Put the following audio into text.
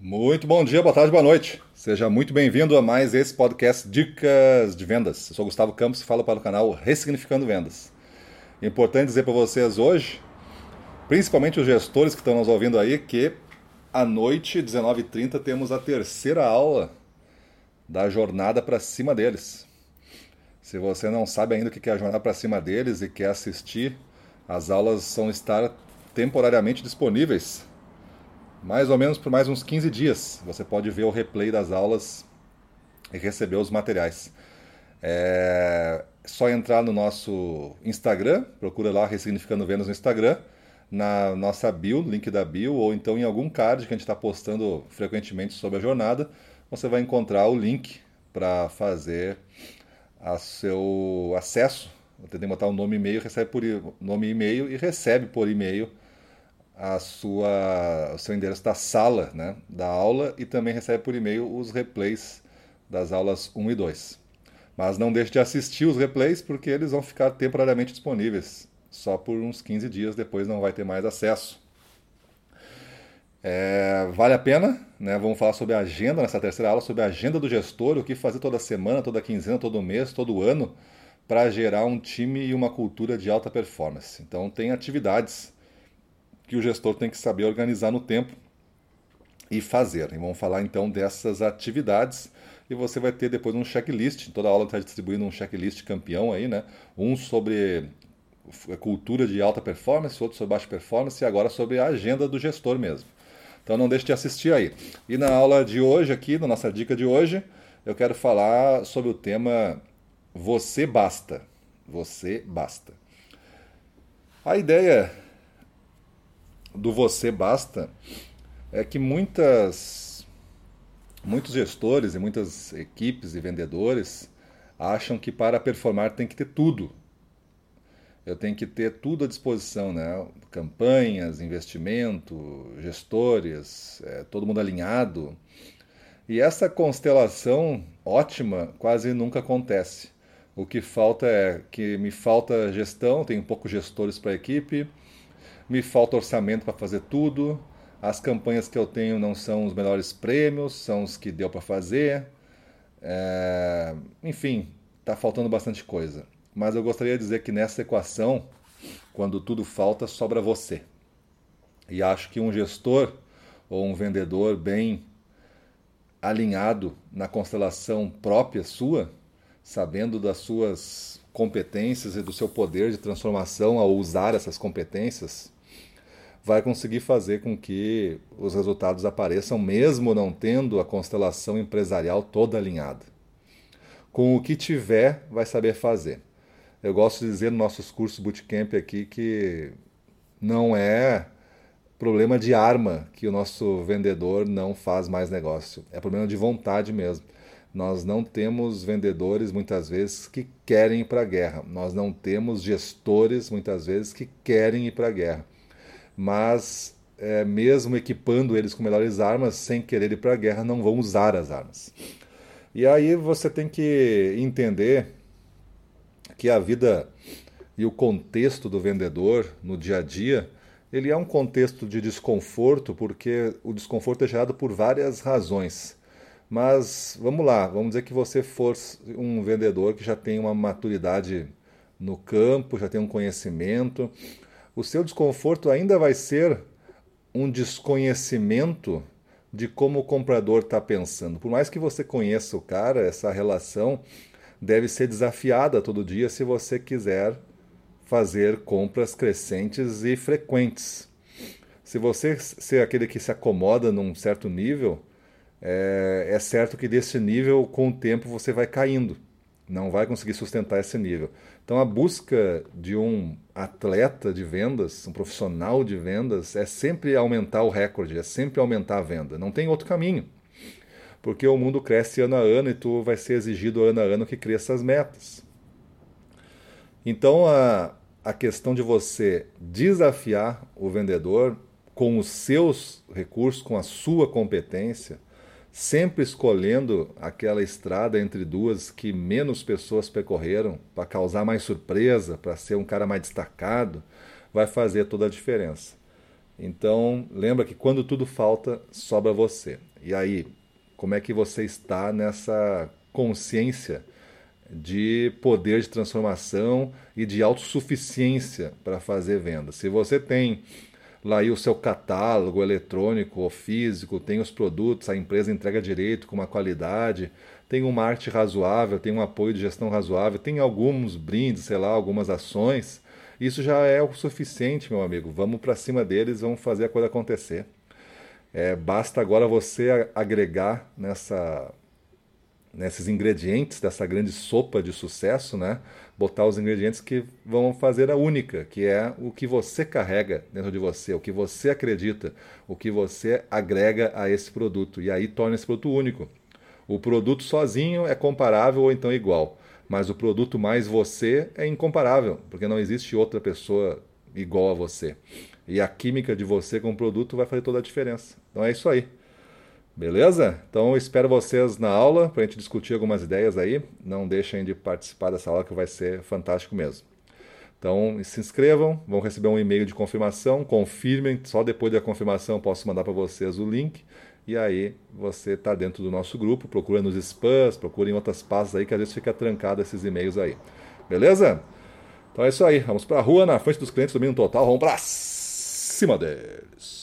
Muito bom dia, boa tarde, boa noite. Seja muito bem-vindo a mais esse podcast Dicas de Vendas. Eu sou Gustavo Campos e falo para o canal Ressignificando Vendas. Importante dizer para vocês hoje, principalmente os gestores que estão nos ouvindo aí, que à noite, 19h30, temos a terceira aula da jornada para cima deles. Se você não sabe ainda o que é a jornada para cima deles e quer assistir, as aulas vão estar temporariamente disponíveis mais ou menos por mais uns 15 dias. Você pode ver o replay das aulas e receber os materiais. É só entrar no nosso Instagram, procura lá Ressignificando Vendas no Instagram, na nossa bio, link da bio, ou então em algum card que a gente está postando frequentemente sobre a jornada, você vai encontrar o link para fazer o seu acesso. Você tem que botar o nome e e-mail, recebe por nome e e-mail e recebe por e-mail o seu endereço da sala, né, da aula, e também recebe por e-mail os replays das aulas 1 e 2. Mas não deixe de assistir os replays porque eles vão ficar temporariamente disponíveis, só por uns 15 dias, depois não vai ter mais acesso. Vale a pena, né? Vamos falar sobre a agenda nessa terceira aula, sobre a agenda do gestor, o que fazer toda semana, toda quinzena, todo mês, todo ano, para gerar um time e uma cultura de alta performance. Então tem atividades que o gestor tem que saber organizar no tempo e fazer. E vamos falar então dessas atividades e você vai ter depois um checklist. Toda aula está distribuindo um checklist campeão aí, né? Um sobre a cultura de alta performance, outro sobre baixa performance e agora sobre a agenda do gestor mesmo. Então não deixe de assistir aí. E na aula de hoje aqui, na nossa dica de hoje, eu quero falar sobre o tema Você Basta. Você Basta. A ideia do Você Basta é que muitos gestores e muitas equipes e vendedores acham que para performar tem que ter tudo. Eu tenho que ter tudo à disposição, né? Campanhas, investimento, gestores, todo mundo alinhado. E essa constelação ótima quase nunca acontece. O que falta é que me falta gestão, tenho poucos gestores para a equipe, me falta orçamento para fazer tudo, as campanhas que eu tenho não são os melhores prêmios, são os que deu para fazer. Enfim, está faltando bastante coisa. Mas eu gostaria de dizer que nessa equação, quando tudo falta, sobra você. E acho que um gestor ou um vendedor bem alinhado na constelação própria sua, sabendo das suas competências e do seu poder de transformação ao usar essas competências, vai conseguir fazer com que os resultados apareçam mesmo não tendo a constelação empresarial toda alinhada. Com o que tiver, vai saber fazer. Eu gosto de dizer nos nossos cursos bootcamp aqui que não é problema de arma que o nosso vendedor não faz mais negócio. É problema de vontade mesmo. Nós não temos vendedores, muitas vezes, que querem ir para a guerra. Nós não temos gestores, muitas vezes, que querem ir para a guerra. Mas, mesmo equipando eles com melhores armas, sem querer ir para a guerra, não vão usar as armas. E aí você tem que entender que a vida e o contexto do vendedor no dia a dia, ele é um contexto de desconforto, porque o desconforto é gerado por várias razões. Mas vamos lá, vamos dizer que você for um vendedor que já tem uma maturidade no campo, já tem um conhecimento. O seu desconforto ainda vai ser um desconhecimento de como o comprador está pensando. Por mais que você conheça o cara, essa relação deve ser desafiada todo dia se você quiser fazer compras crescentes e frequentes. Se você ser aquele que se acomoda num certo nível, é certo que desse nível, com o tempo, você vai caindo. Não vai conseguir sustentar esse nível. Então, a busca de um atleta de vendas, um profissional de vendas, é sempre aumentar o recorde, é sempre aumentar a venda. Não tem outro caminho. Porque o mundo cresce ano a ano e tu vai ser exigido ano a ano que cresça as metas. Então, a questão de você desafiar o vendedor com os seus recursos, com a sua competência, sempre escolhendo aquela estrada entre duas que menos pessoas percorreram, para causar mais surpresa, para ser um cara mais destacado, vai fazer toda a diferença. Então, lembra que quando tudo falta, sobra você. E aí, como é que você está nessa consciência de poder de transformação e de autossuficiência para fazer venda? Se você tem lá aí o seu catálogo eletrônico ou físico, tem os produtos, a empresa entrega direito, com uma qualidade, tem uma arte razoável, tem um apoio de gestão razoável, tem alguns brindes, sei lá, algumas ações, isso já é o suficiente, meu amigo. Vamos para cima deles, vamos fazer a coisa acontecer. Basta agora você agregar nesses ingredientes dessa grande sopa de sucesso, né? Botar os ingredientes que vão fazer a única, que é o que você carrega dentro de você, o que você acredita, o que você agrega a esse produto. E aí torna esse produto único. O produto sozinho é comparável ou então igual, mas o produto mais você é incomparável, porque não existe outra pessoa igual a você. E a química de você com o produto vai fazer toda a diferença. Então é isso aí. Beleza? Então eu espero vocês na aula para a gente discutir algumas ideias aí. Não deixem de participar dessa aula que vai ser fantástico mesmo. Então se inscrevam, vão receber um e-mail de confirmação, confirmem, só depois da confirmação eu posso mandar para vocês o link. E aí você está dentro do nosso grupo, procura nos spams, procura em outras pastas aí que às vezes fica trancado esses e-mails aí. Beleza? Então é isso aí, vamos para a rua, na frente dos clientes, domínio total, vamos para cima deles.